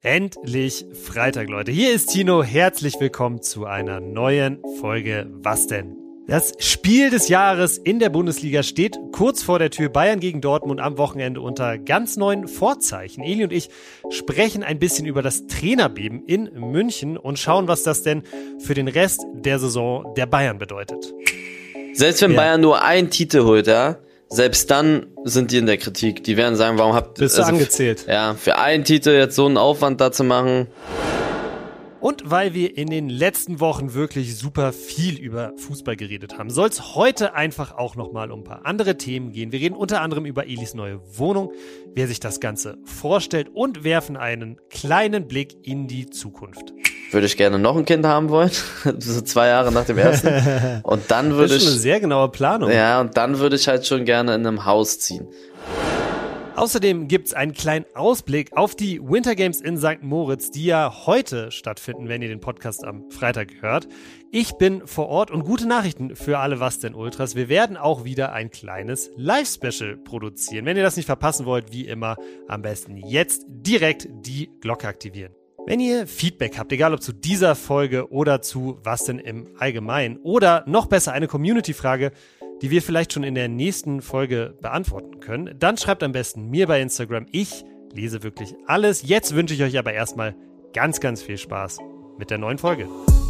Endlich Freitag, Leute. Hier ist Tino. Herzlich willkommen zu einer neuen Folge Was denn? Das Spiel des Jahres in der Bundesliga steht kurz vor der Tür. Bayern gegen Dortmund am Wochenende unter ganz neuen Vorzeichen. Eli und ich sprechen ein bisschen über das Trainerbeben in München und schauen, was das denn für den Rest der Saison der Bayern bedeutet. Selbst wenn Bayern nur einen Titel holt, ja, selbst dann sind die in der Kritik. Die werden sagen, warum habt ihr... Bist du angezählt? Ja, für einen Titel jetzt so einen Aufwand da zu machen. Und weil wir in den letzten Wochen wirklich super viel über Fußball geredet haben, soll es heute einfach auch nochmal um ein paar andere Themen gehen. Wir reden unter anderem über Elis neue Wohnung, wer sich das Ganze vorstellt und werfen einen kleinen Blick in die Zukunft. Würde ich gerne noch ein Kind haben wollen, so 2 Jahre nach dem ersten. Und dann würde ich... Das ist schon eine sehr genaue Planung. Ja, und dann würde ich halt schon gerne in einem Haus ziehen. Außerdem gibt's einen kleinen Ausblick auf die Winter Games in St. Moritz, die ja heute stattfinden, wenn ihr den Podcast am Freitag hört. Ich bin vor Ort und gute Nachrichten für alle Was denn Ultras. Wir werden auch wieder ein kleines Live-Special produzieren. Wenn ihr das nicht verpassen wollt, wie immer, am besten jetzt direkt die Glocke aktivieren. Wenn ihr Feedback habt, egal ob zu dieser Folge oder zu Was denn im Allgemeinen oder noch besser eine Community-Frage, die wir vielleicht schon in der nächsten Folge beantworten können, dann schreibt am besten mir bei Instagram. Ich lese wirklich alles. Jetzt wünsche ich euch aber erstmal ganz, ganz viel Spaß mit der neuen Folge.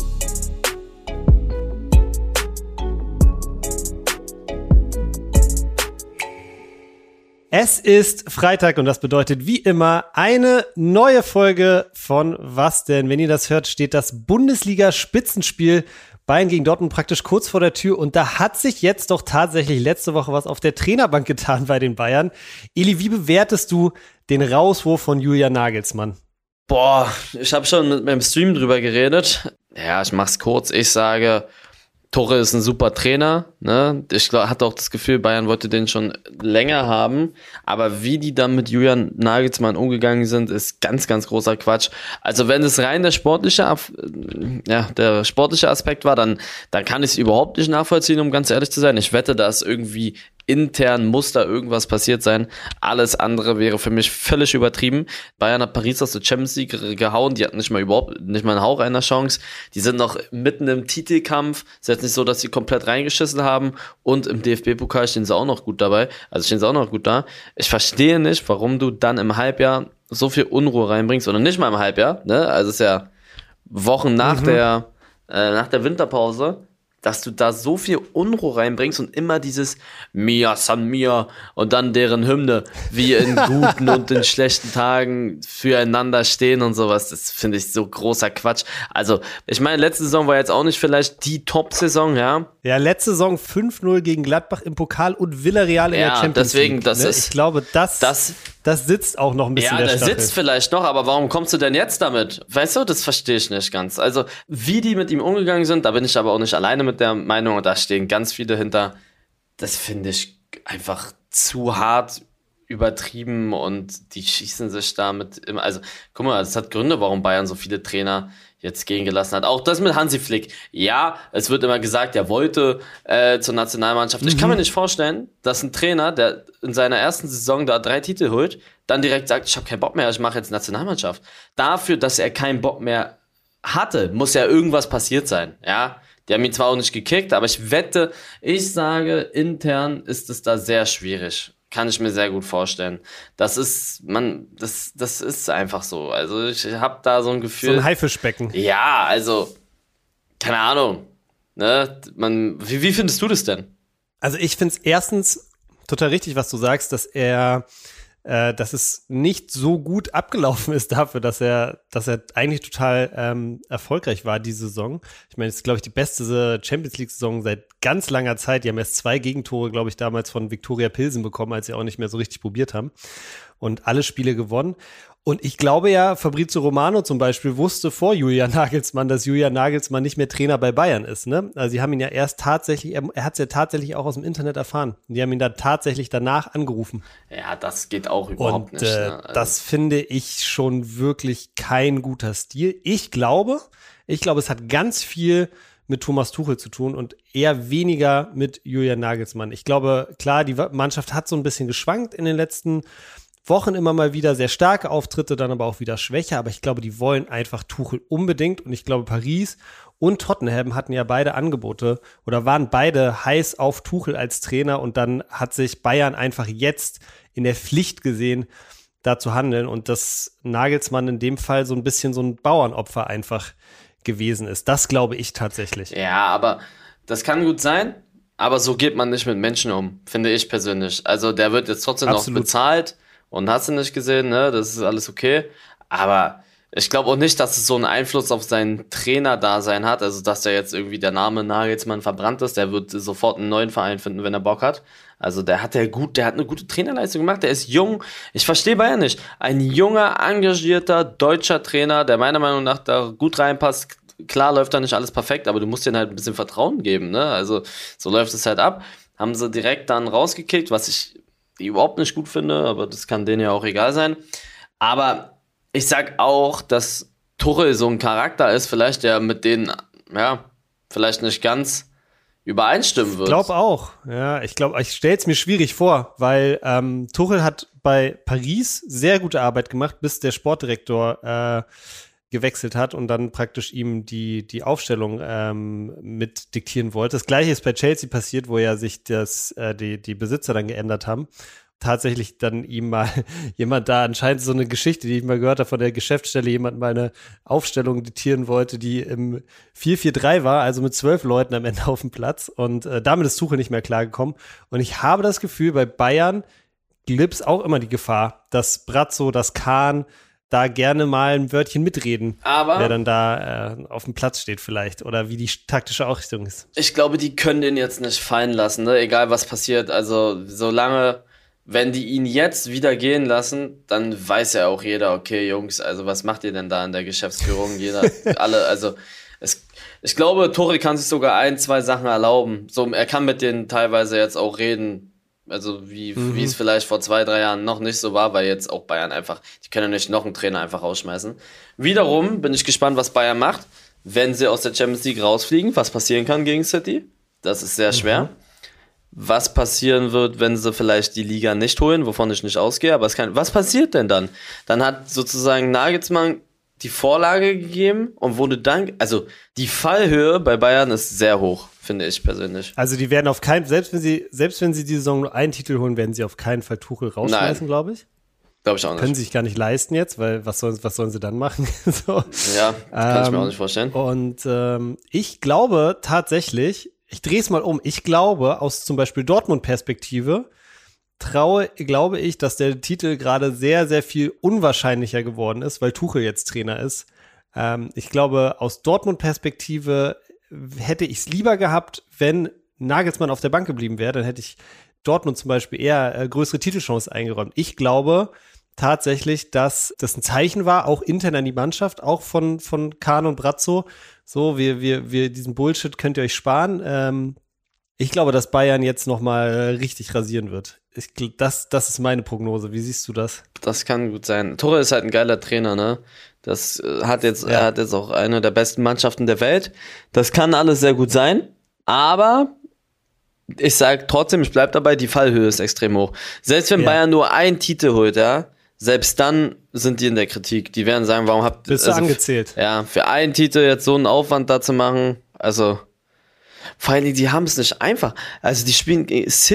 Es ist Freitag und das bedeutet wie immer eine neue Folge von Was denn? Wenn ihr das hört, steht das Bundesliga-Spitzenspiel Bayern gegen Dortmund praktisch kurz vor der Tür und da hat sich jetzt doch tatsächlich letzte Woche was auf der Trainerbank getan bei den Bayern. Eli, wie bewertest du den Rauswurf von Julian Nagelsmann? Boah, ich habe schon mit meinem Stream drüber geredet. Ja, ich mach's kurz. Ich sage, Tuchel ist ein super Trainer, ne? Ich hatte auch das Gefühl, Bayern wollte den schon länger haben, aber wie die dann mit Julian Nagelsmann umgegangen sind, ist ganz, ganz großer Quatsch. Also wenn es rein der sportliche Aspekt war, dann kann ich es überhaupt nicht nachvollziehen, um ganz ehrlich zu sein. Ich wette, dass irgendwie intern muss da irgendwas passiert sein. Alles andere wäre für mich völlig übertrieben. Bayern hat Paris aus der Champions League gehauen. Die hatten nicht mal einen Hauch einer Chance. Die sind noch mitten im Titelkampf. Es ist jetzt nicht so, dass sie komplett reingeschissen haben. Und im DFB-Pokal stehen sie auch noch gut dabei. Also stehen sie auch noch gut da. Ich verstehe nicht, warum du dann im Halbjahr so viel Unruhe reinbringst. Oder nicht mal im Halbjahr, ne? Also es ist ja Wochen nach der Winterpause, dass du da so viel Unruhe reinbringst und immer dieses Mia San Mia und dann deren Hymne, wie in guten und in schlechten Tagen füreinander stehen und sowas, das finde ich so großer Quatsch. Also, ich meine, letzte Saison war jetzt auch nicht vielleicht die Top-Saison, ja? Ja, letzte Saison 5-0 gegen Gladbach im Pokal und Villarreal in der Champions League. Das ist, ich glaube, das sitzt auch noch ein bisschen der Staffel. Ja, das sitzt vielleicht noch, aber warum kommst du denn jetzt damit? Weißt du, das verstehe ich nicht ganz. Also, wie die mit ihm umgegangen sind, da bin ich aber auch nicht alleine mit der Meinung und da stehen ganz viele hinter. Das finde ich einfach zu hart übertrieben und die schießen sich damit immer. Also, guck mal, es hat Gründe, warum Bayern so viele Trainer jetzt gehen gelassen hat. Auch das mit Hansi Flick. Ja, es wird immer gesagt, er wollte zur Nationalmannschaft. Ich kann mir nicht vorstellen, dass ein Trainer, der in seiner ersten Saison da 3 Titel holt, dann direkt sagt, ich habe keinen Bock mehr, ich mache jetzt Nationalmannschaft. Dafür, dass er keinen Bock mehr hatte, muss ja irgendwas passiert sein. Ja, die haben ihn zwar auch nicht gekickt, aber ich sage, intern ist es da sehr schwierig. Kann ich mir sehr gut vorstellen. Das ist einfach so. Also ich habe da so ein Gefühl. So ein Haifischbecken. Ja, also, keine Ahnung. Ne? Wie findest du das denn? Also ich finde es erstens total richtig, was du sagst, dass es nicht so gut abgelaufen ist dafür, dass er eigentlich total erfolgreich war diese Saison. Ich meine, es ist, glaube ich, die beste Champions-League-Saison seit ganz langer Zeit. Die haben erst 2 Gegentore, glaube ich, damals von Viktoria Pilsen bekommen, als sie auch nicht mehr so richtig probiert haben. Und alle Spiele gewonnen. Und ich glaube ja, Fabrizio Romano zum Beispiel wusste vor Julian Nagelsmann, dass Julian Nagelsmann nicht mehr Trainer bei Bayern ist, ne? Also sie haben ihn ja erst tatsächlich, er hat es ja tatsächlich auch aus dem Internet erfahren. Die haben ihn da tatsächlich danach angerufen. Ja, das geht auch überhaupt nicht. Ne? Also das finde ich schon wirklich kein guter Stil. Ich glaube, es hat ganz viel mit Thomas Tuchel zu tun und eher weniger mit Julian Nagelsmann. Ich glaube, klar, die Mannschaft hat so ein bisschen geschwankt in den letzten Wochen immer mal wieder sehr starke Auftritte, dann aber auch wieder schwächer. Aber ich glaube, die wollen einfach Tuchel unbedingt. Und ich glaube, Paris und Tottenham hatten ja beide Angebote oder waren beide heiß auf Tuchel als Trainer. Und dann hat sich Bayern einfach jetzt in der Pflicht gesehen, da zu handeln. Und dass Nagelsmann in dem Fall so ein bisschen so ein Bauernopfer einfach gewesen ist. Das glaube ich tatsächlich. Ja, aber das kann gut sein. Aber so geht man nicht mit Menschen um, finde ich persönlich. Also der wird jetzt trotzdem Absolut. noch bezahlt und hast du nicht gesehen, ne? Das ist alles okay. Aber ich glaube auch nicht, dass es so einen Einfluss auf sein Trainerdasein hat. Also dass der jetzt irgendwie der Name Nagelsmann verbrannt ist. Der wird sofort einen neuen Verein finden, wenn er Bock hat. Also der hat eine gute Trainerleistung gemacht. Der ist jung. Ich verstehe Bayern nicht. Ein junger, engagierter deutscher Trainer, der meiner Meinung nach da gut reinpasst. Klar läuft da nicht alles perfekt, aber du musst denen halt ein bisschen Vertrauen geben, ne? Also so läuft es halt ab. Haben sie direkt dann rausgekickt, was ich überhaupt nicht gut finde, aber das kann denen ja auch egal sein. Aber ich sag auch, dass Tuchel so ein Charakter ist, vielleicht der mit denen, ja, vielleicht nicht ganz übereinstimmen wird. Ich glaube auch. Ja, ich stelle es mir schwierig vor, weil Tuchel hat bei Paris sehr gute Arbeit gemacht, bis der Sportdirektor gewechselt hat und dann praktisch ihm die Aufstellung mit diktieren wollte. Das Gleiche ist bei Chelsea passiert, wo ja sich die Besitzer dann geändert haben. Tatsächlich dann ihm mal jemand da, anscheinend so eine Geschichte, die ich mal gehört habe, von der Geschäftsstelle jemand mal eine Aufstellung diktieren wollte, die im 4-4-3 war, also mit 12 Leuten am Ende auf dem Platz, und damit ist Tuchel nicht mehr klargekommen. Und ich habe das Gefühl, bei Bayern gibt es auch immer die Gefahr, dass Brazzo, dass Kahn da gerne mal ein Wörtchen mitreden, aber wer dann da auf dem Platz steht vielleicht oder wie die taktische Ausrichtung ist. ich glaube, die können den jetzt nicht fallen lassen, ne? Egal was passiert. Also solange, wenn die ihn jetzt wieder gehen lassen, dann weiß ja auch jeder, okay, Jungs, also was macht ihr denn da in der Geschäftsführung? Ich glaube, Tuchel kann sich sogar 1-2 Sachen erlauben. So, er kann mit denen teilweise jetzt auch reden. Also wie es vielleicht vor 2-3 Jahren noch nicht so war, weil jetzt auch Bayern einfach, die können ja nicht noch einen Trainer einfach rausschmeißen. Wiederum bin ich gespannt, was Bayern macht, wenn sie aus der Champions League rausfliegen, was passieren kann gegen City. Das ist sehr schwer. Was passieren wird, wenn sie vielleicht die Liga nicht holen, wovon ich nicht ausgehe, aber was passiert denn dann? Dann hat sozusagen Nagelsmann die Vorlage gegeben und wurde dann, also die Fallhöhe bei Bayern ist sehr hoch, finde ich persönlich. Also die werden auf keinen, selbst wenn sie die Saison nur einen Titel holen, werden sie auf keinen Fall Tuchel rausschmeißen, glaube ich. Glaube ich auch nicht. Können sie sich gar nicht leisten jetzt, weil was sollen sie dann machen? So. Ja, kann ich mir auch nicht vorstellen. Und ich glaube tatsächlich, ich drehe es mal um, ich glaube aus zum Beispiel Dortmund-Perspektive glaube ich, dass der Titel gerade sehr, sehr viel unwahrscheinlicher geworden ist, weil Tuchel jetzt Trainer ist. Ich glaube, aus Dortmund-Perspektive hätte ich es lieber gehabt, wenn Nagelsmann auf der Bank geblieben wäre, dann hätte ich Dortmund zum Beispiel eher größere Titelchancen eingeräumt. Ich glaube tatsächlich, dass das ein Zeichen war, auch intern an die Mannschaft, auch von Kahn und Brazzo. So, wir diesen Bullshit könnt ihr euch sparen. Ich glaube, dass Bayern jetzt noch mal richtig rasieren wird. Das ist meine Prognose. Wie siehst du das? Das kann gut sein. Tuchel ist halt ein geiler Trainer, ne? Er hat jetzt auch eine der besten Mannschaften der Welt. Das kann alles sehr gut sein, aber ich sag trotzdem, ich bleib dabei, die Fallhöhe ist extrem hoch. Selbst wenn Bayern nur einen Titel holt, ja, selbst dann sind die in der Kritik. Die werden sagen, warum habt ihr... Bist du angezählt? Ja, für einen Titel jetzt so einen Aufwand da zu machen, also... Vor allem, die haben es nicht einfach. Also die spielen,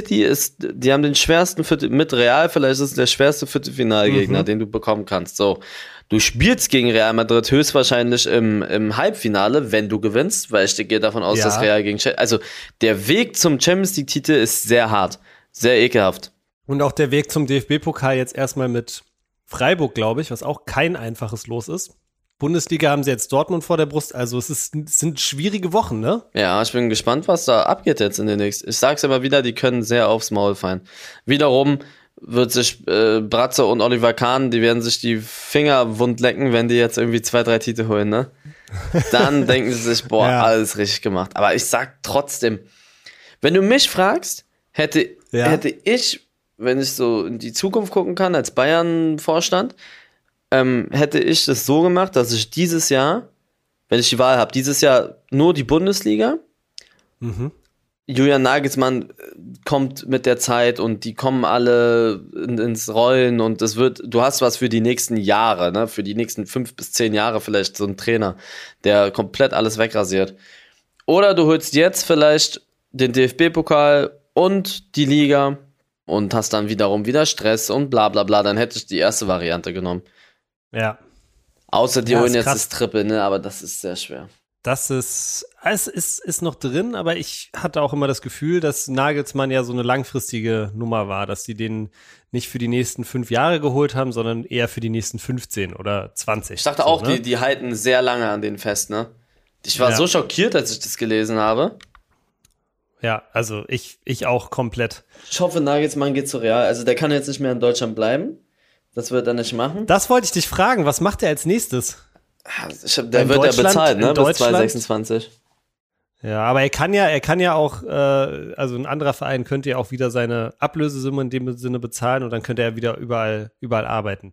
die haben den schwersten mit Real, vielleicht ist es der schwerste Viertelfinalgegner, den du bekommen kannst. So, du spielst gegen Real Madrid höchstwahrscheinlich im Halbfinale, wenn du gewinnst, weil ich gehe davon aus, dass Real gegen also der Weg zum Champions League Titel ist sehr hart, sehr ekelhaft. Und auch der Weg zum DFB-Pokal jetzt erstmal mit Freiburg, glaube ich, was auch kein einfaches Los ist. Bundesliga haben sie jetzt Dortmund vor der Brust, also es sind schwierige Wochen, ne? Ja, ich bin gespannt, was da abgeht jetzt in den nächsten. Ich sag's immer wieder, die können sehr aufs Maul fallen. Wiederum wird sich Bratzo und Oliver Kahn, die werden sich die Finger wund lecken, wenn die jetzt irgendwie 2-3 Titel holen, ne? Dann denken sie sich, alles richtig gemacht. Aber ich sag trotzdem, wenn du mich fragst, hätte ich, wenn ich so in die Zukunft gucken kann, als Bayern-Vorstand, hätte ich das so gemacht, dass ich dieses Jahr, wenn ich die Wahl habe, dieses Jahr nur die Bundesliga, Julian Nagelsmann kommt mit der Zeit und die kommen alle ins Rollen und du hast was für die nächsten Jahre, ne? Für die nächsten 5 bis 10 Jahre vielleicht so ein Trainer, der komplett alles wegrasiert. Oder du holst jetzt vielleicht den DFB-Pokal und die Liga und hast dann wiederum wieder Stress und bla bla bla, dann hätte ich die erste Variante genommen. Ja. Außer die holen jetzt krass. das Triple, ne? Aber das ist sehr schwer. Es ist noch drin, aber ich hatte auch immer das Gefühl, dass Nagelsmann ja so eine langfristige Nummer war, dass die den nicht für die nächsten 5 Jahre geholt haben, sondern eher für die nächsten 15 oder 20. Ich dachte auch, ne? die halten sehr lange an den fest, ne? Ich war so schockiert, als ich das gelesen habe. Ja, also ich auch komplett. Ich hoffe, Nagelsmann geht zu Real. Also der kann jetzt nicht mehr in Deutschland bleiben. Das wird er nicht machen. Das wollte ich dich fragen. Was macht er als nächstes? Der wird ja bezahlt, ne? Bis 2026. Ja, aber er kann ja auch, also ein anderer Verein könnte ja auch wieder seine Ablösesumme in dem Sinne bezahlen und dann könnte er wieder überall arbeiten.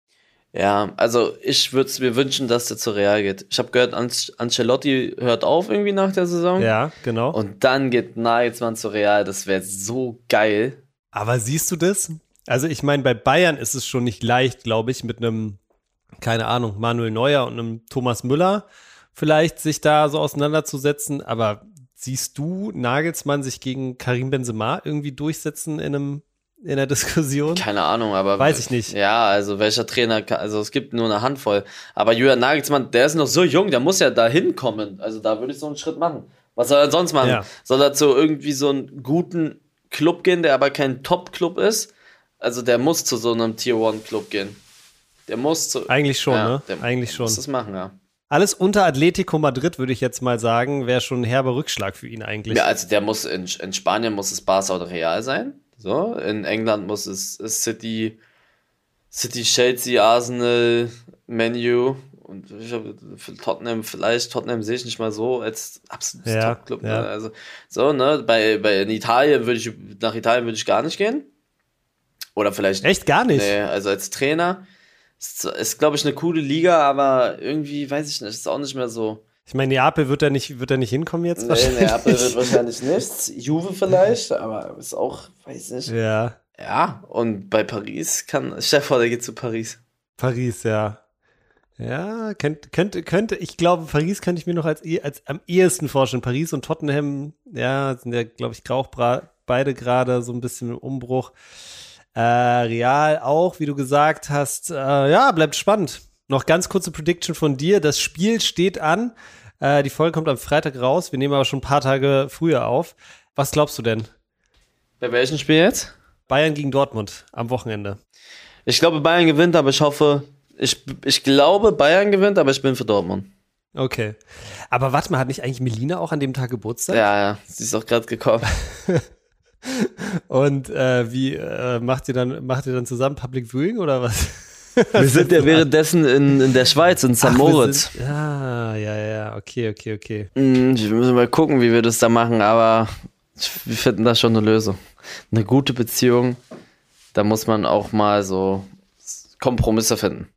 Ja, also ich würde es mir wünschen, dass der zu Real geht. Ich habe gehört, Ancelotti hört auf irgendwie nach der Saison. Ja, genau. Und dann geht Nagelsmann zu Real. Das wäre so geil. Aber siehst du das? Also ich meine, bei Bayern ist es schon nicht leicht, glaube ich, mit einem, keine Ahnung, Manuel Neuer und einem Thomas Müller vielleicht sich da so auseinanderzusetzen. Aber siehst du Nagelsmann sich gegen Karim Benzema irgendwie durchsetzen in der Diskussion? Keine Ahnung, aber weiß ich nicht. Ja, also welcher Trainer also es gibt nur eine Handvoll. Aber Julian Nagelsmann, der ist noch so jung, der muss ja da hinkommen. Also da würde ich so einen Schritt machen. Was soll er sonst machen? Ja. Soll er zu irgendwie so einen guten Club gehen, der aber kein Top-Club ist? Also der muss zu so einem Tier-1-Club gehen. Der muss zu... Eigentlich schon, ja, ne? Eigentlich schon. Muss das machen, ja. Alles unter Atletico Madrid, würde ich jetzt mal sagen, wäre schon ein herber Rückschlag für ihn eigentlich. Ja, also der muss in Spanien muss es Barca oder Real sein. So, in England muss es City, Chelsea, Arsenal, Man U und ich glaube für Tottenham sehe ich nicht mal so als absolutes Top-Club. Ja. Ne? Also so, ne, nach Italien würde ich gar nicht gehen. Oder vielleicht. Echt gar nicht? Nee, also als Trainer ist glaube ich eine coole Liga, aber irgendwie weiß ich nicht, ist auch nicht mehr so. Ich meine, Neapel wird er nicht hinkommen jetzt wahrscheinlich. Neapel wird wahrscheinlich nichts. Juve vielleicht, aber ist auch, weiß nicht. Ja. Ja, und bei Paris stell dir vor, der geht zu Paris. Paris, ja. Ja, könnte, ich glaube, Paris könnte ich mir noch als am ehesten vorstellen. Paris und Tottenham, ja, sind ja, glaube ich, beide gerade so ein bisschen im Umbruch. Real auch, wie du gesagt hast. Ja, bleibt spannend. Noch ganz kurze Prediction von dir. Das Spiel steht an. Die Folge kommt am Freitag raus. Wir nehmen aber schon ein paar Tage früher auf. Was glaubst du denn? Bei welchem Spiel jetzt? Bayern gegen Dortmund am Wochenende. Ich glaube, Bayern gewinnt, aber ich glaube, Bayern gewinnt, aber ich bin für Dortmund. Okay. Aber warte mal, hat nicht eigentlich Melina auch an dem Tag Geburtstag? Ja, sie ist auch gerade gekommen. Und wie macht ihr dann zusammen Public Viewing oder was? Wir sind ja währenddessen in der Schweiz, in St. Moritz. Ja, okay. Wir müssen mal gucken, wie wir das da machen, aber wir finden da schon eine Lösung. Eine gute Beziehung, da muss man auch mal so Kompromisse finden.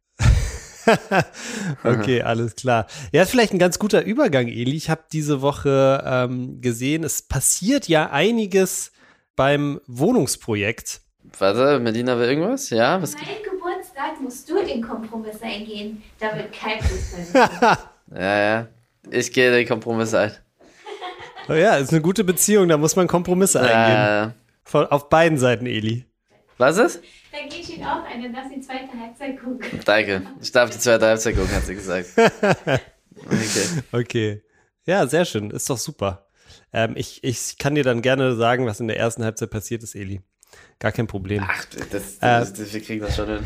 Okay, alles klar. Ja, ist vielleicht ein ganz guter Übergang, Eli. Ich habe diese Woche gesehen, es passiert ja einiges beim Wohnungsprojekt. Warte, Melina will irgendwas? Ja? Was? Mein Geburtstag musst du den Kompromiss eingehen. Da wird kein Fußball. Ja. Ich gehe den Kompromiss ein. Oh ja, ist eine gute Beziehung, da muss man Kompromisse eingehen. Auf beiden Seiten, Eli. Was ist? Dann gehe ich ihn auch ein und darf die zweite Halbzeit gucken. Danke. Ich darf die zweite Halbzeit gucken, hat sie gesagt. Okay. Ja, sehr schön. Ist doch super. Ich kann dir dann gerne sagen, was in der ersten Halbzeit passiert ist, Eli. Gar kein Problem. Ach, wir kriegen das schon hin.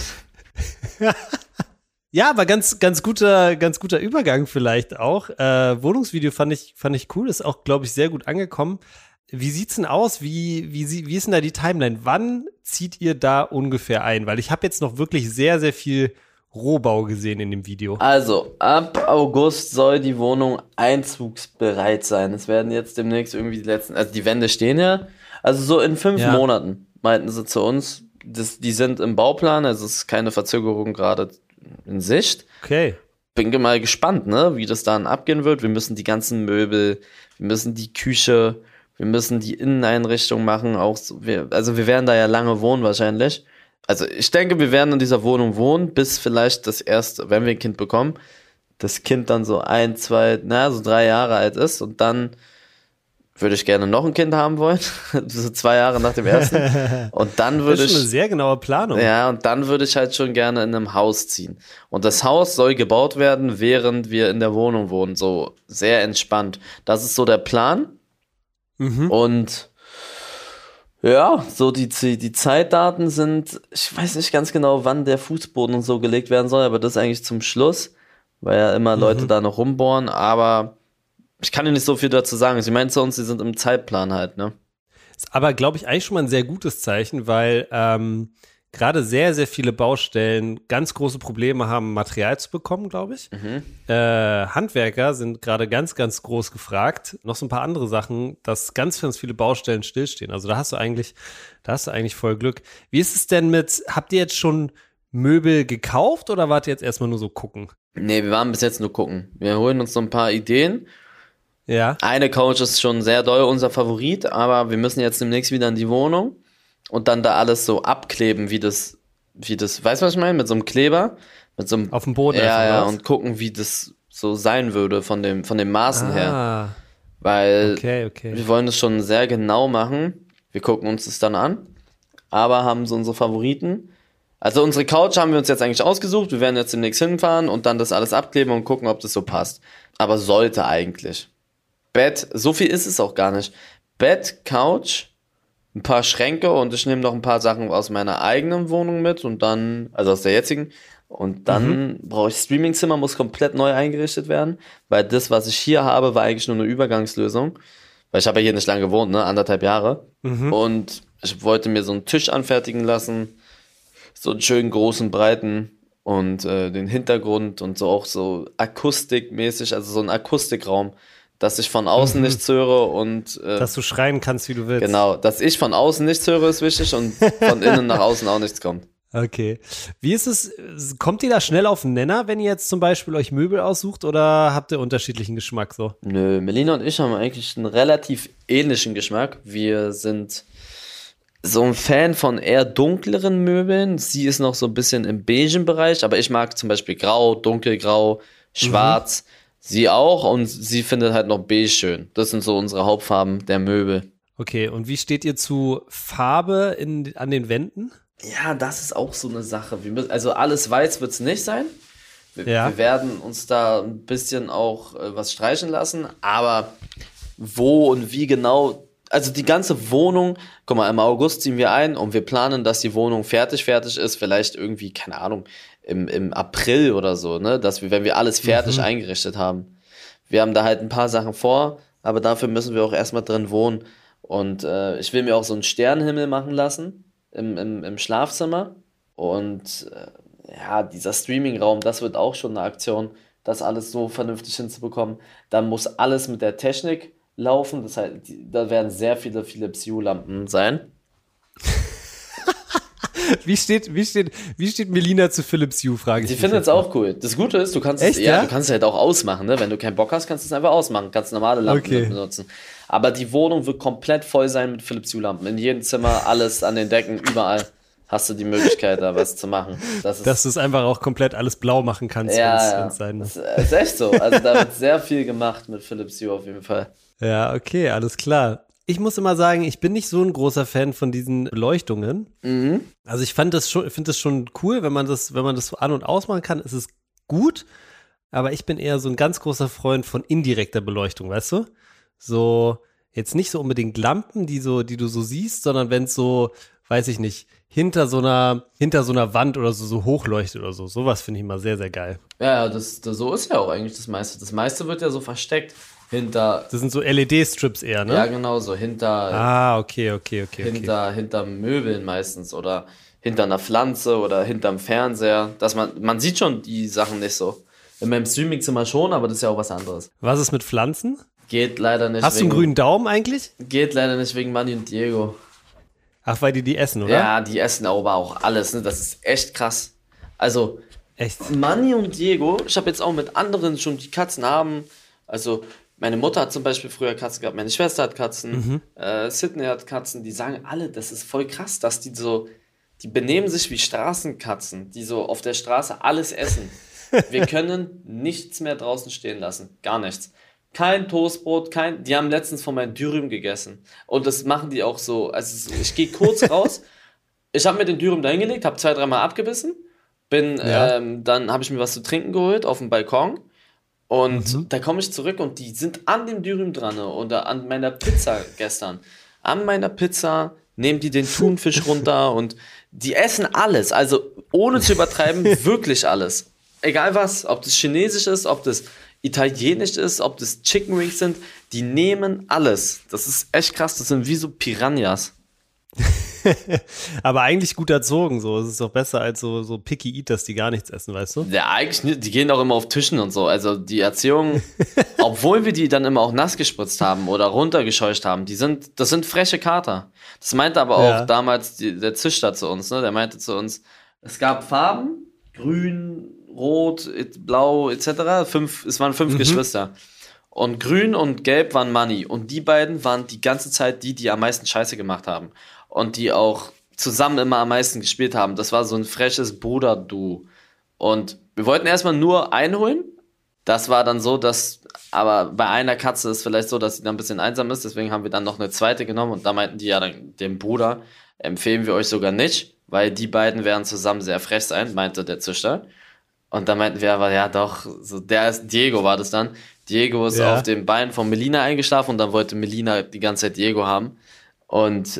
Ja, aber ganz guter Übergang vielleicht auch. Wohnungsvideo fand ich cool, ist auch, glaube ich, sehr gut angekommen. Wie sieht's denn aus? Wie ist denn da die Timeline? Wann zieht ihr da ungefähr ein? Weil ich habe jetzt noch wirklich sehr, sehr viel Rohbau gesehen in dem Video. Also, ab August soll die Wohnung einzugsbereit sein. Es werden jetzt demnächst irgendwie die Wände stehen ja. Also so in 5 Monaten, meinten sie zu uns. Die sind im Bauplan, also es ist keine Verzögerung gerade in Sicht. Okay. Bin mal gespannt, ne, wie das dann abgehen wird. Wir müssen die ganzen Möbel, wir müssen die Küche Wir müssen die Inneneinrichtung machen, auch so, also wir werden da ja lange wohnen wahrscheinlich. Also ich denke, wir werden in dieser Wohnung wohnen, bis vielleicht das erste, wenn wir ein Kind bekommen, das Kind dann so 1, 2, so 3 Jahre alt ist und dann würde ich gerne noch ein Kind haben wollen, so 2 Jahre nach dem ersten. Und dann würde Das ist schon eine sehr genaue Planung. Ja, und dann würde ich halt schon gerne in einem Haus ziehen. Und das Haus soll gebaut werden, während wir in der Wohnung wohnen, so sehr entspannt. Das ist so der Plan. Und ja, so die Zeitdaten sind, ich weiß nicht ganz genau, wann der Fußboden und so gelegt werden soll, aber das ist eigentlich zum Schluss, weil ja immer Leute da noch rumbohren, aber ich kann dir nicht so viel dazu sagen. Sie meint zu uns, sie sind im Zeitplan halt, ne? Ist aber, glaube ich, eigentlich schon mal ein sehr gutes Zeichen, weil gerade sehr, sehr viele Baustellen ganz große Probleme haben, Material zu bekommen, glaube ich. Handwerker sind gerade ganz, ganz groß gefragt. Noch so ein paar andere Sachen, dass ganz, ganz viele Baustellen stillstehen. Also da hast du eigentlich voll Glück. Wie ist es denn habt ihr jetzt schon Möbel gekauft oder wart ihr jetzt erstmal nur so gucken? Nee, wir waren bis jetzt nur gucken. Wir holen uns so ein paar Ideen. Ja. Eine Couch ist schon sehr doll unser Favorit, aber wir müssen jetzt demnächst wieder in die Wohnung und dann da alles so abkleben, wie das, weißt du, was ich meine? Mit so einem Kleber, mit so einem, auf dem Boden. ja, und gucken, wie das so sein würde von den Maßen her. Weil wir wollen das schon sehr genau machen. Wir gucken uns das dann an, aber haben so unsere Favoriten. Also unsere Couch haben wir uns jetzt eigentlich ausgesucht. Wir werden jetzt demnächst hinfahren und dann das alles abkleben und gucken, ob das so passt. Aber sollte eigentlich. Bett, so viel ist es auch gar nicht. Bett, Couch, ein paar Schränke und ich nehme noch ein paar Sachen aus meiner eigenen Wohnung mit und dann, also aus der jetzigen, und dann brauche ich Streamingzimmer, muss komplett neu eingerichtet werden, weil das, was ich hier habe, war eigentlich nur eine Übergangslösung, weil ich habe ja hier nicht lange gewohnt, ne, 1,5 Jahre, und ich wollte mir so einen Tisch anfertigen lassen, so einen schönen großen, breiten und den Hintergrund und so auch so akustikmäßig, also so ein Akustikraum, dass ich von außen nichts höre und dass du schreien kannst, wie du willst. Genau, dass ich von außen nichts höre, ist wichtig und von innen nach außen auch nichts kommt. Okay. Wie ist es, kommt ihr da schnell auf den Nenner, wenn ihr jetzt zum Beispiel euch Möbel aussucht oder habt ihr unterschiedlichen Geschmack so? Nö, Melina und ich haben eigentlich einen relativ ähnlichen Geschmack. Wir sind so ein Fan von eher dunkleren Möbeln. Sie ist noch so ein bisschen im beigen Bereich, aber ich mag zum Beispiel grau, dunkelgrau, schwarz. Sie auch und sie findet halt noch beige schön. Das sind so unsere Hauptfarben der Möbel. Okay, und wie steht ihr zu Farbe an den Wänden? Ja, das ist auch so eine Sache. Also alles weiß wird es nicht sein. Wir werden uns da ein bisschen auch was streichen lassen, aber wo und wie genau, also die ganze Wohnung, guck mal, im August ziehen wir ein und wir planen, dass die Wohnung fertig ist, vielleicht irgendwie, keine Ahnung, im April oder so, ne, wenn wir alles fertig eingerichtet haben. Wir haben da halt ein paar Sachen vor, aber dafür müssen wir auch erstmal drin wohnen und ich will mir auch so einen Sternenhimmel machen lassen im Schlafzimmer und ja, dieser Streamingraum, das wird auch schon eine Aktion, das alles so vernünftig hinzubekommen. Dann muss alles mit der Technik laufen, das heißt, da werden sehr viele Philips Hue-Lampen sein. Wie steht Melina zu Philips Hue, frage ich mich. Sie findet es auch cool. Das Gute ist, du kannst es halt auch ausmachen, ne? Wenn du keinen Bock hast, kannst du es einfach ausmachen, kannst normale Lampen benutzen. Aber die Wohnung wird komplett voll sein mit Philips Hue-Lampen. In jedem Zimmer, alles an den Decken, überall hast du die Möglichkeit, da was zu machen. Dass du es einfach auch komplett alles blau machen kannst, wenn es sein muss. Das ist echt so. Also da wird sehr viel gemacht mit Philips Hue auf jeden Fall. Ja, okay, alles klar. Ich muss immer sagen, ich bin nicht so ein großer Fan von diesen Beleuchtungen. Also ich finde das schon cool, wenn man das so an- und ausmachen kann, ist es gut. Aber ich bin eher so ein ganz großer Freund von indirekter Beleuchtung, weißt du? So, jetzt nicht so unbedingt Lampen, die du so siehst, sondern wenn es so, weiß ich nicht, hinter so einer Wand oder so hochleuchtet oder so. Sowas finde ich immer sehr, sehr geil. Ja, so ist ja auch eigentlich das meiste. Das meiste wird ja so versteckt. Das sind so LED-Strips eher, ne? Ja, genau, so hinter. Okay. Hinter Möbeln meistens oder hinter einer Pflanze oder hinterm Fernseher. Dass man sieht schon die Sachen nicht so. In meinem Streamingzimmer schon, aber das ist ja auch was anderes. Was ist mit Pflanzen? Geht leider nicht. Hast du einen grünen Daumen eigentlich? Geht leider nicht wegen Manni und Diego. Ach, weil die essen, oder? Ja, die essen aber auch alles, ne? Das ist echt krass. Also, echt? Manni und Diego, ich habe jetzt auch mit anderen schon, die Katzen haben, also Meine Mutter hat zum Beispiel früher Katzen gehabt, meine Schwester hat Katzen, Sydney hat Katzen, die sagen alle, das ist voll krass, dass die benehmen sich wie Straßenkatzen, die so auf der Straße alles essen. Wir können nichts mehr draußen stehen lassen, gar nichts. Kein Toastbrot, die haben letztens von meinem Dürüm gegessen. Und das machen die auch so, also ich gehe kurz raus, ich habe mir den Dürüm da hingelegt, habe 2-3 Mal abgebissen, dann habe ich mir was zu trinken geholt auf dem Balkon und da komme ich zurück und die sind an dem Dürüm dran oder an meiner Pizza gestern. An meiner Pizza nehmen die den Thunfisch runter und die essen alles, also ohne zu übertreiben, wirklich alles. Egal was, ob das chinesisch ist, ob das italienisch ist, ob das Chicken Wings sind, die nehmen alles. Das ist echt krass, das sind wie so Piranhas. Aber eigentlich gut erzogen, so. Es ist doch besser als so Picky Eaters, die gar nichts essen, weißt du? Ja, eigentlich nicht. Die gehen auch immer auf Tischen und so. Also die Erziehung, obwohl wir die dann immer auch nass gespritzt haben oder runtergescheucht haben, das sind freche Kater. Das meinte aber auch damals der Züchter zu uns, ne? Der meinte zu uns, es gab Farben, grün, rot, blau, etc. Es waren 5 Geschwister. Und grün und gelb waren Money. Und die beiden waren die ganze Zeit die am meisten Scheiße gemacht haben. Und die auch zusammen immer am meisten gespielt haben. Das war so ein freches Bruder-Duo. Und wir wollten erstmal nur einholen. Das war dann so, aber bei einer Katze ist vielleicht so, dass sie dann ein bisschen einsam ist. Deswegen haben wir dann noch eine zweite genommen. Und da meinten die dann, dem Bruder empfehlen wir euch sogar nicht, weil die beiden werden zusammen sehr frech sein, meinte der Züchter. Und da meinten wir aber, ja doch, so Diego war das dann. Diego ist auf dem Bein von Melina eingeschlafen und dann wollte Melina die ganze Zeit Diego haben. Und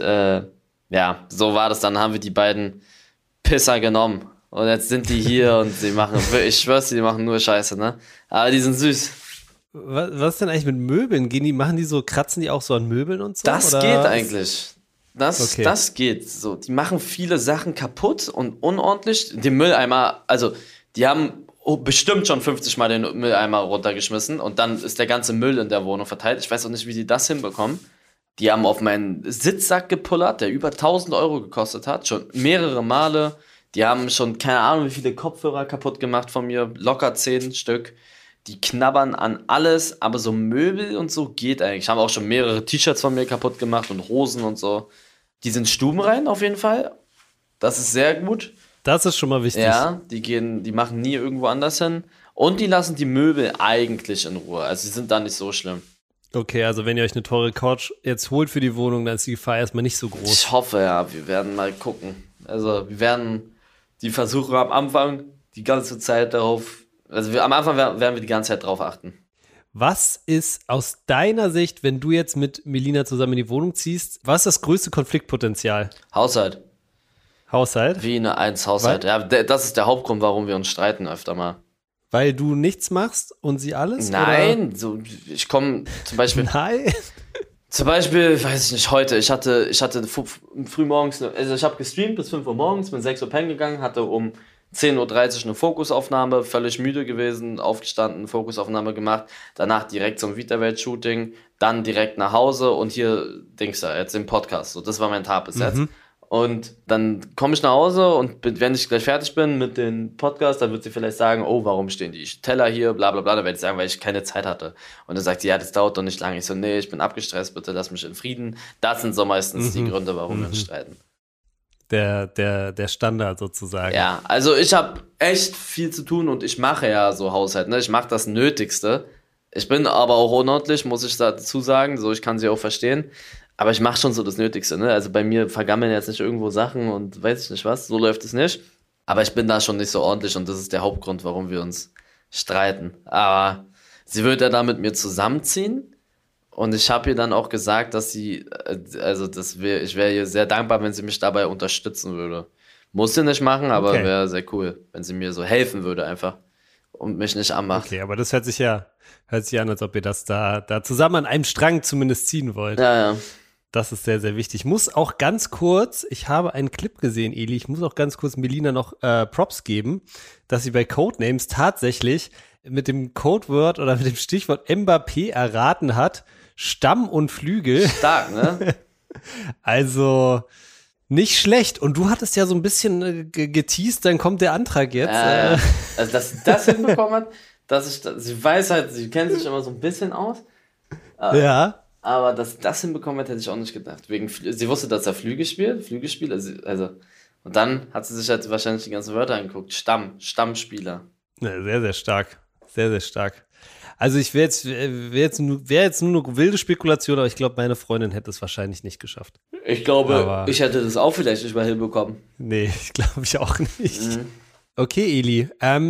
so war das. Dann haben wir die beiden Pisser genommen. Und jetzt sind die hier und ich schwör's dir, die machen nur Scheiße, ne? Aber die sind süß. Was ist denn eigentlich mit Möbeln? Kratzen die auch so an Möbeln und so? Das oder? geht eigentlich. Das geht. So, die machen viele Sachen kaputt und unordentlich. Den Mülleimer, also die haben bestimmt schon 50 Mal den Mülleimer runtergeschmissen und dann ist der ganze Müll in der Wohnung verteilt. Ich weiß auch nicht, wie die das hinbekommen. Die haben auf meinen Sitzsack gepullert, der über 1.000 Euro gekostet hat, schon mehrere Male. Die haben schon keine Ahnung, wie viele Kopfhörer kaputt gemacht von mir, locker 10 Stück. Die knabbern an alles, aber so Möbel und so geht eigentlich. Haben auch schon mehrere T-Shirts von mir kaputt gemacht und Hosen und so. Die sind stubenrein auf jeden Fall. Das ist sehr gut. Das ist schon mal wichtig. Ja, die machen nie irgendwo anders hin. Und die lassen die Möbel eigentlich in Ruhe. Also die sind da nicht so schlimm. Okay, also wenn ihr euch eine teure Couch jetzt holt für die Wohnung, dann ist die Gefahr erstmal nicht so groß. Ich hoffe, ja, wir werden mal gucken. Also wir werden die Versuche am Anfang die ganze Zeit darauf, am Anfang werden wir die ganze Zeit drauf achten. Was ist aus deiner Sicht, wenn du jetzt mit Melina zusammen in die Wohnung ziehst, was ist das größte Konfliktpotenzial? Haushalt. Wie eine 1 Haushalt. Ja, das ist der Hauptgrund, warum wir uns streiten öfter mal. Weil du nichts machst und sie alles? Nein, oder? so ich komme zum Beispiel. Nein. Zum Beispiel, weiß ich nicht, heute, ich hatte früh morgens, also ich habe gestreamt bis 5 Uhr morgens, bin 6 Uhr pennen gegangen, hatte um 10.30 Uhr eine Fokusaufnahme, völlig müde gewesen, aufgestanden, Fokusaufnahme gemacht, danach direkt zum Vita-Welt-Shooting, dann direkt nach Hause und hier, jetzt den Podcast, so, das war mein Tag bis jetzt. Und dann komme ich nach Hause und wenn ich gleich fertig bin mit dem Podcast, dann wird sie vielleicht sagen, oh, warum stehen die Teller hier, bla bla bla, dann werde ich sagen, weil ich keine Zeit hatte. Und dann sagt sie, ja, das dauert doch nicht lange. Ich so, nee, ich bin abgestresst, bitte lass mich in Frieden. Das sind so meistens die Gründe, warum wir uns streiten. Der Standard sozusagen. Ja, also ich habe echt viel zu tun und ich mache ja so Haushalt, ne? Ich mache das Nötigste. Ich bin aber auch unordentlich, muss ich dazu sagen, so, ich kann sie auch verstehen. Aber ich mache schon so das Nötigste, ne? Also bei mir vergammeln jetzt nicht irgendwo Sachen und weiß ich nicht was, so läuft es nicht. Aber ich bin da schon nicht so ordentlich und das ist der Hauptgrund, warum wir uns streiten. Aber sie wird ja da mit mir zusammenziehen und ich habe ihr dann auch gesagt, dass ich wäre ihr sehr dankbar, wenn sie mich dabei unterstützen würde. Muss sie nicht machen, aber wäre sehr cool, wenn sie mir so helfen würde einfach und mich nicht anmacht. Okay, aber das hört sich an, als ob ihr das da zusammen an einem Strang zumindest ziehen wollt. Ja. Das ist sehr, sehr wichtig. Ich muss auch ganz kurz, ich habe einen Clip gesehen, Eli, ich muss auch ganz kurz Melina noch Props geben, dass sie bei Codenames tatsächlich mit dem Codewort oder mit dem Stichwort Mbappé erraten hat, Stamm und Flügel. Stark, ne? Also nicht schlecht. Und du hattest ja so ein bisschen geteased, dann kommt der Antrag jetzt. Also, dass sie das hinbekommen hat, sie weiß halt, sie kennt sich immer so ein bisschen aus. Ja. Aber dass das hinbekommen hat, hätte ich auch nicht gedacht. Sie wusste, dass er Flügel spielt, also. Und dann hat sie sich halt wahrscheinlich die ganzen Wörter angeguckt. Stammspieler. Ja, sehr, sehr stark. Sehr, sehr stark. Also wäre jetzt nur eine wilde Spekulation, aber ich glaube, meine Freundin hätte es wahrscheinlich nicht geschafft. Ich glaube, ich hätte das auch vielleicht nicht mal hinbekommen. Nee, ich glaube ich auch nicht. Okay, Eli.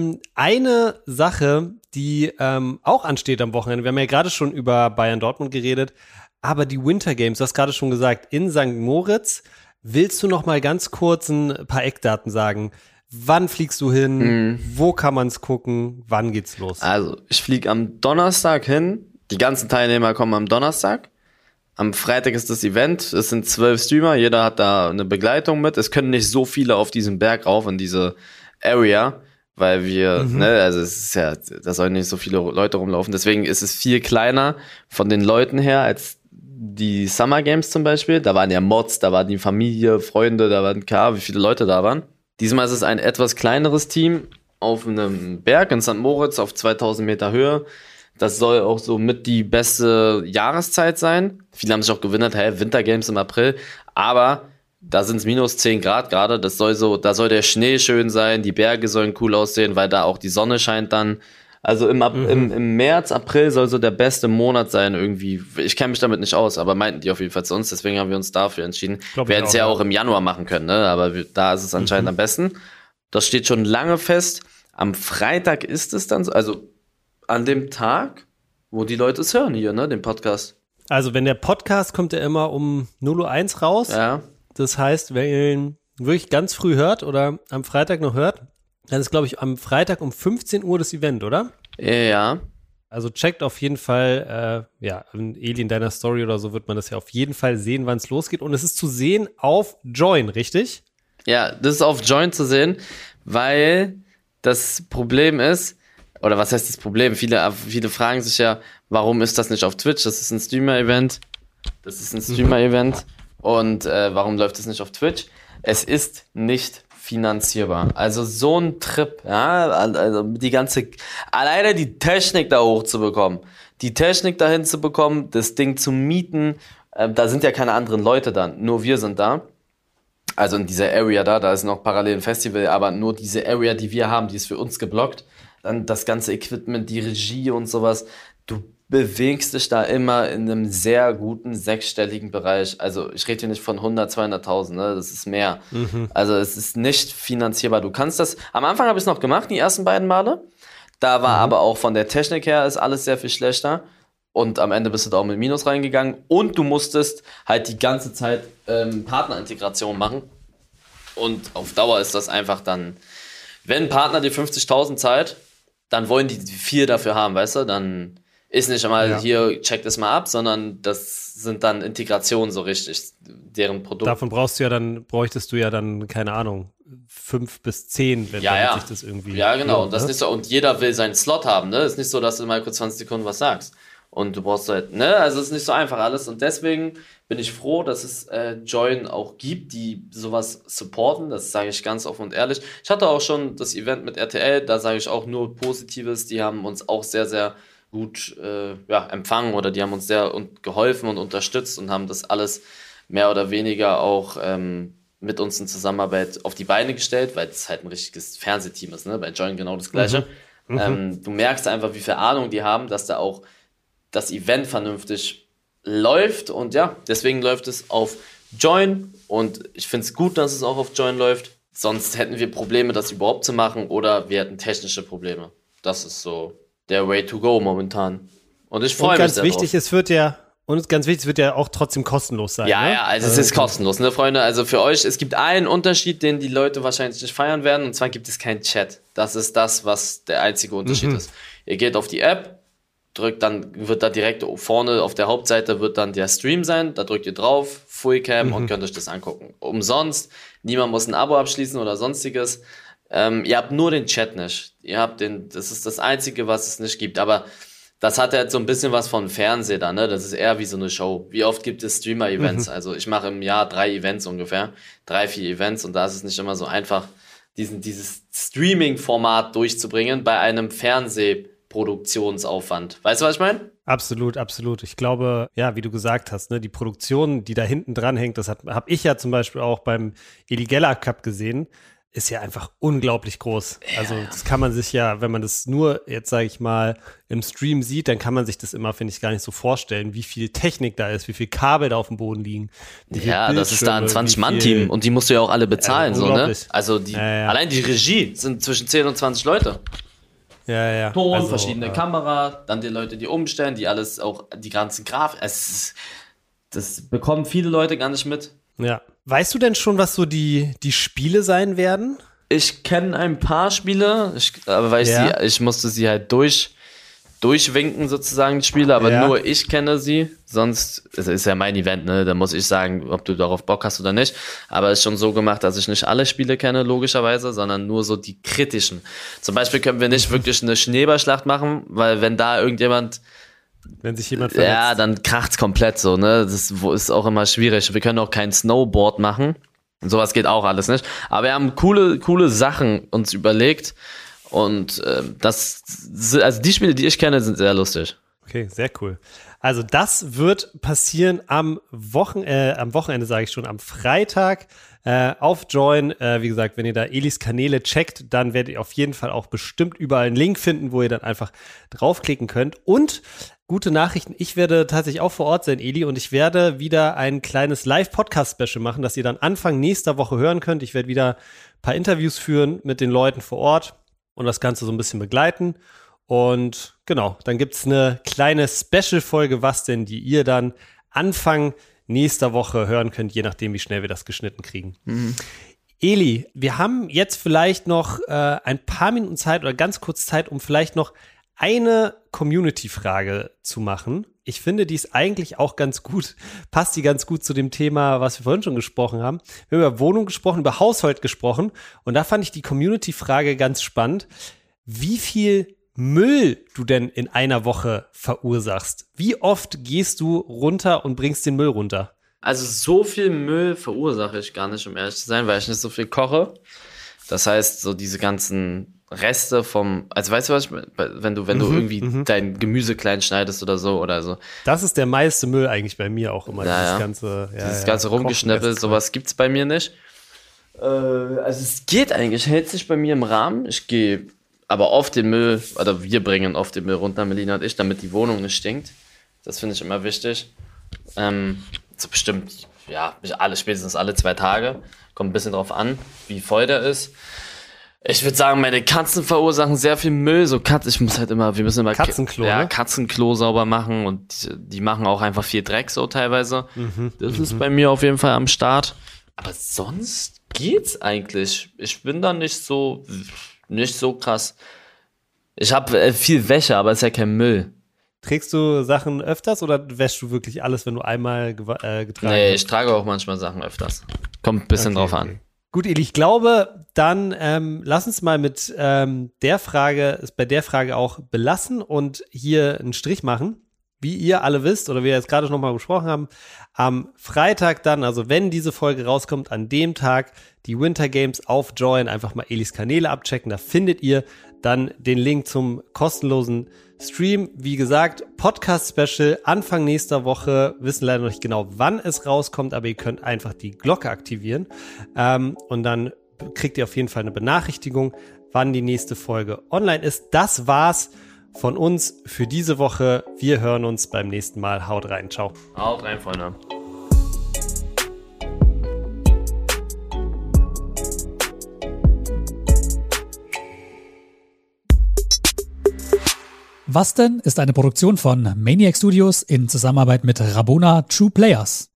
Eine Sache, die auch ansteht am Wochenende, wir haben ja gerade schon über Bayern Dortmund geredet, aber die Winter Games, du hast gerade schon gesagt, in St. Moritz. Willst du noch mal ganz kurz ein paar Eckdaten sagen? Wann fliegst du hin? Wo kann man es gucken? Wann geht's los? Also, ich fliege am Donnerstag hin. Die ganzen Teilnehmer kommen am Donnerstag. Am Freitag ist das Event. Es sind 12 Streamer. Jeder hat da eine Begleitung mit. Es können nicht so viele auf diesen Berg rauf, in diese Area, weil wir, also es ist ja, da sollen nicht so viele Leute rumlaufen. Deswegen ist es viel kleiner von den Leuten her als die Summer Games zum Beispiel. Da waren ja Mods, da war die Familie, Freunde, da waren wie viele Leute da waren. Diesmal ist es ein etwas kleineres Team auf einem Berg in St. Moritz auf 2000 Meter Höhe. Das soll auch so mit die beste Jahreszeit sein. Viele haben sich auch gewundert, Wintergames im April. Aber da sind es minus 10 Grad gerade. Da soll der Schnee schön sein, die Berge sollen cool aussehen, weil da auch die Sonne scheint dann. Also im März, April soll so der beste Monat sein irgendwie. Ich kenne mich damit nicht aus, aber meinten die auf jeden Fall zu uns. Deswegen haben wir uns dafür entschieden. Wir hätten es ja auch im Januar machen können, ne? Aber da ist es anscheinend am besten. Das steht schon lange fest. Am Freitag ist es dann so, also an dem Tag, wo die Leute es hören hier, ne, den Podcast. Also wenn der Podcast kommt ja immer um 0:01 raus. Ja. Das heißt, wenn ihr ihn wirklich ganz früh hört oder am Freitag noch hört, dann ist, glaube ich, am Freitag um 15 Uhr das Event, oder? Ja. Also checkt auf jeden Fall, Eli, in deiner Story oder so wird man das ja auf jeden Fall sehen, wann es losgeht. Und es ist zu sehen auf Join, richtig? Ja, das ist auf Join zu sehen, weil das Problem ist, oder was heißt das Problem? Viele fragen sich ja, warum ist das nicht auf Twitch? Das ist ein Streamer-Event. Und warum läuft das nicht auf Twitch? Es ist nicht finanzierbar. Also so ein Trip, ja, also alleine die Technik da hochzubekommen, die Technik dahin zu bekommen, das Ding zu mieten, da sind ja keine anderen Leute dann, nur wir sind da. Also in dieser Area da ist noch parallel ein Festival, aber nur diese Area, die wir haben, die ist für uns geblockt. Dann das ganze Equipment, die Regie und sowas. Du bewegst dich da immer in einem sehr guten sechsstelligen Bereich. Also ich rede hier nicht von 100, 200.000, ne? Das ist mehr. Also es ist nicht finanzierbar. Du kannst das, am Anfang habe ich es noch gemacht, die ersten beiden Male. Da war aber auch von der Technik her ist alles sehr viel schlechter. Und am Ende bist du da auch mit Minus reingegangen. Und du musstest halt die ganze Zeit Partnerintegration machen. Und auf Dauer ist das einfach dann, wenn ein Partner dir 50.000 zahlt, dann wollen die viel dafür haben, weißt du? Dann ist nicht einmal hier, check das mal ab, sondern das sind dann Integrationen so richtig, deren Produkt. Davon bräuchtest du ja dann, keine Ahnung, 5 bis 10, wenn sich das irgendwie. Ja, genau. lohnt, und das ist nicht so, und jeder will seinen Slot haben, ne? Ist nicht so, dass du mal kurz 20 Sekunden was sagst. Und du brauchst halt, ne? Also es ist nicht so einfach alles. Und deswegen bin ich froh, dass es Join auch gibt, die sowas supporten. Das sage ich ganz offen und ehrlich. Ich hatte auch schon das Event mit RTL, da sage ich auch nur Positives. Die haben uns auch sehr, sehr gut empfangen oder die haben uns sehr geholfen und unterstützt und haben das alles mehr oder weniger auch mit uns in Zusammenarbeit auf die Beine gestellt, weil es halt ein richtiges Fernsehteam ist, ne? Bei Join genau das Gleiche. Du merkst einfach, wie viel Ahnung die haben, dass da auch das Event vernünftig läuft und ja, deswegen läuft es auf Join und ich finde es gut, dass es auch auf Join läuft. Sonst hätten wir Probleme, das überhaupt zu machen oder wir hätten technische Probleme. Das ist so der Way to go momentan. Und ich freue mich sehr drauf. Es wird ja auch trotzdem kostenlos sein. Ja, ne? ja, also es ist kostenlos, ne, Freunde? Also für euch, es gibt einen Unterschied, den die Leute wahrscheinlich nicht feiern werden, und zwar gibt es keinen Chat. Das ist das, was der einzige Unterschied ist. Ihr geht auf die App, drückt, dann wird da direkt vorne auf der Hauptseite wird dann der Stream sein, da drückt ihr drauf, Fullcam und könnt euch das angucken. Umsonst, niemand muss ein Abo abschließen oder sonstiges. Ihr habt nur den Chat nicht. Das ist das Einzige, was es nicht gibt, aber das hat halt so ein bisschen was von Fernsehen da, ne? Das ist eher wie so eine Show. Wie oft gibt es Streamer-Events? Also ich mache im Jahr 3 Events ungefähr, 3, 4 Events, und da ist es nicht immer so einfach, dieses Streaming-Format durchzubringen bei einem Fernsehproduktionsaufwand. Weißt du, was ich meine? Absolut, absolut. Ich glaube, ja, wie du gesagt hast, ne, die Produktion, die da hinten dran hängt, das habe ich ja zum Beispiel auch beim Eli Geller Cup gesehen, ist ja einfach unglaublich groß. Ja. Also das kann man sich ja, wenn man das nur jetzt, sage ich mal, im Stream sieht, dann kann man sich das immer, finde ich, gar nicht so vorstellen, wie viel Technik da ist, wie viel Kabel da auf dem Boden liegen. Ja, das ist da ein 20-Mann-Team und die musst du ja auch alle bezahlen, so, ne? Also allein die Regie sind zwischen 10 und 20 Leute. Ja. Ton, also, verschiedene Kamera, dann die Leute, die umstellen, die alles auch, die ganzen Grafik. Das bekommen viele Leute gar nicht mit. Ja. Weißt du denn schon, was so die Spiele sein werden? Ich kenne ein paar Spiele, aber weil ich musste sie halt durchwinken sozusagen, die Spiele, aber nur ich kenne sie. Sonst, es ist ja mein Event, ne? Da muss ich sagen, ob du darauf Bock hast oder nicht. Aber es ist schon so gemacht, dass ich nicht alle Spiele kenne, logischerweise, sondern nur so die kritischen. Zum Beispiel können wir nicht wirklich eine Schneeballschlacht machen, weil wenn da irgendjemand... Wenn sich jemand verletzt. Ja, dann kracht's komplett so, ne? Das ist auch immer schwierig. Wir können auch kein Snowboard machen. Und sowas geht auch alles nicht. Aber wir haben coole Sachen uns überlegt. Und also die Spiele, die ich kenne, sind sehr lustig. Okay, sehr cool. Also das wird passieren am Wochenende, sage ich schon, am Freitag auf Join. Wie gesagt, wenn ihr da Elis Kanäle checkt, dann werdet ihr auf jeden Fall auch bestimmt überall einen Link finden, wo ihr dann einfach draufklicken könnt. Und gute Nachrichten, ich werde tatsächlich auch vor Ort sein, Eli, und ich werde wieder ein kleines Live-Podcast-Special machen, das ihr dann Anfang nächster Woche hören könnt. Ich werde wieder ein paar Interviews führen mit den Leuten vor Ort und das Ganze so ein bisschen begleiten. Und genau, dann gibt's eine kleine Special-Folge, was denn, die ihr dann Anfang nächster Woche hören könnt, je nachdem, wie schnell wir das geschnitten kriegen. Mhm. Eli, wir haben jetzt vielleicht noch ein paar Minuten Zeit oder ganz kurz Zeit, um vielleicht noch eine Community-Frage zu machen. Ich finde, die ist eigentlich auch ganz gut, passt die ganz gut zu dem Thema, was wir vorhin schon gesprochen haben. Wir haben über Wohnung gesprochen, über Haushalt gesprochen und da fand ich die Community-Frage ganz spannend. Wie viel Müll du denn in einer Woche verursachst? Wie oft gehst du runter und bringst den Müll runter? Also so viel Müll verursache ich gar nicht, um ehrlich zu sein, weil ich nicht so viel koche. Das heißt, so diese ganzen Reste also weißt du was, wenn du irgendwie dein Gemüse klein schneidest oder so. Das ist der meiste Müll eigentlich bei mir auch immer, dieses ganze Rumgeschnippel, sowas gibt's bei mir nicht. Also es geht eigentlich, hält sich bei mir im Rahmen. Ich gehe aber oft den Müll, oder wir bringen oft den Müll runter, Melina und ich, damit die Wohnung nicht stinkt. Das finde ich immer wichtig. So bestimmt, spätestens alle 2 Tage. Kommt ein bisschen drauf an, wie voll der ist. Ich würde sagen, meine Katzen verursachen sehr viel Müll. Wir müssen immer Katzenklo, ne? Katzenklo sauber machen und die machen auch einfach viel Dreck so teilweise. Das ist bei mir auf jeden Fall am Start. Aber sonst geht's eigentlich. Ich bin da nicht so krass. Ich habe viel Wäsche, aber es ist ja kein Müll. Trägst du Sachen öfters oder wäschst du wirklich alles, wenn du einmal getragen hast? Nee, ich trage auch manchmal Sachen öfters. Kommt ein bisschen drauf an. Gut, Eli, ich glaube, dann lass uns mal mit der Frage auch belassen und hier einen Strich machen. Wie ihr alle wisst oder wir jetzt gerade noch mal besprochen haben, am Freitag dann, also wenn diese Folge rauskommt, an dem Tag die Winter Games auf Join, einfach mal Elis Kanäle abchecken, da findet ihr dann den Link zum kostenlosen Stream. Wie gesagt, Podcast-Special Anfang nächster Woche, wissen leider noch nicht genau, wann es rauskommt, aber ihr könnt einfach die Glocke aktivieren und dann kriegt ihr auf jeden Fall eine Benachrichtigung, wann die nächste Folge online ist. Das war's von uns für diese Woche. Wir hören uns beim nächsten Mal. Haut rein. Ciao. Haut rein, Freunde. Was denn ist eine Produktion von Maniac Studios in Zusammenarbeit mit Rabona True Players.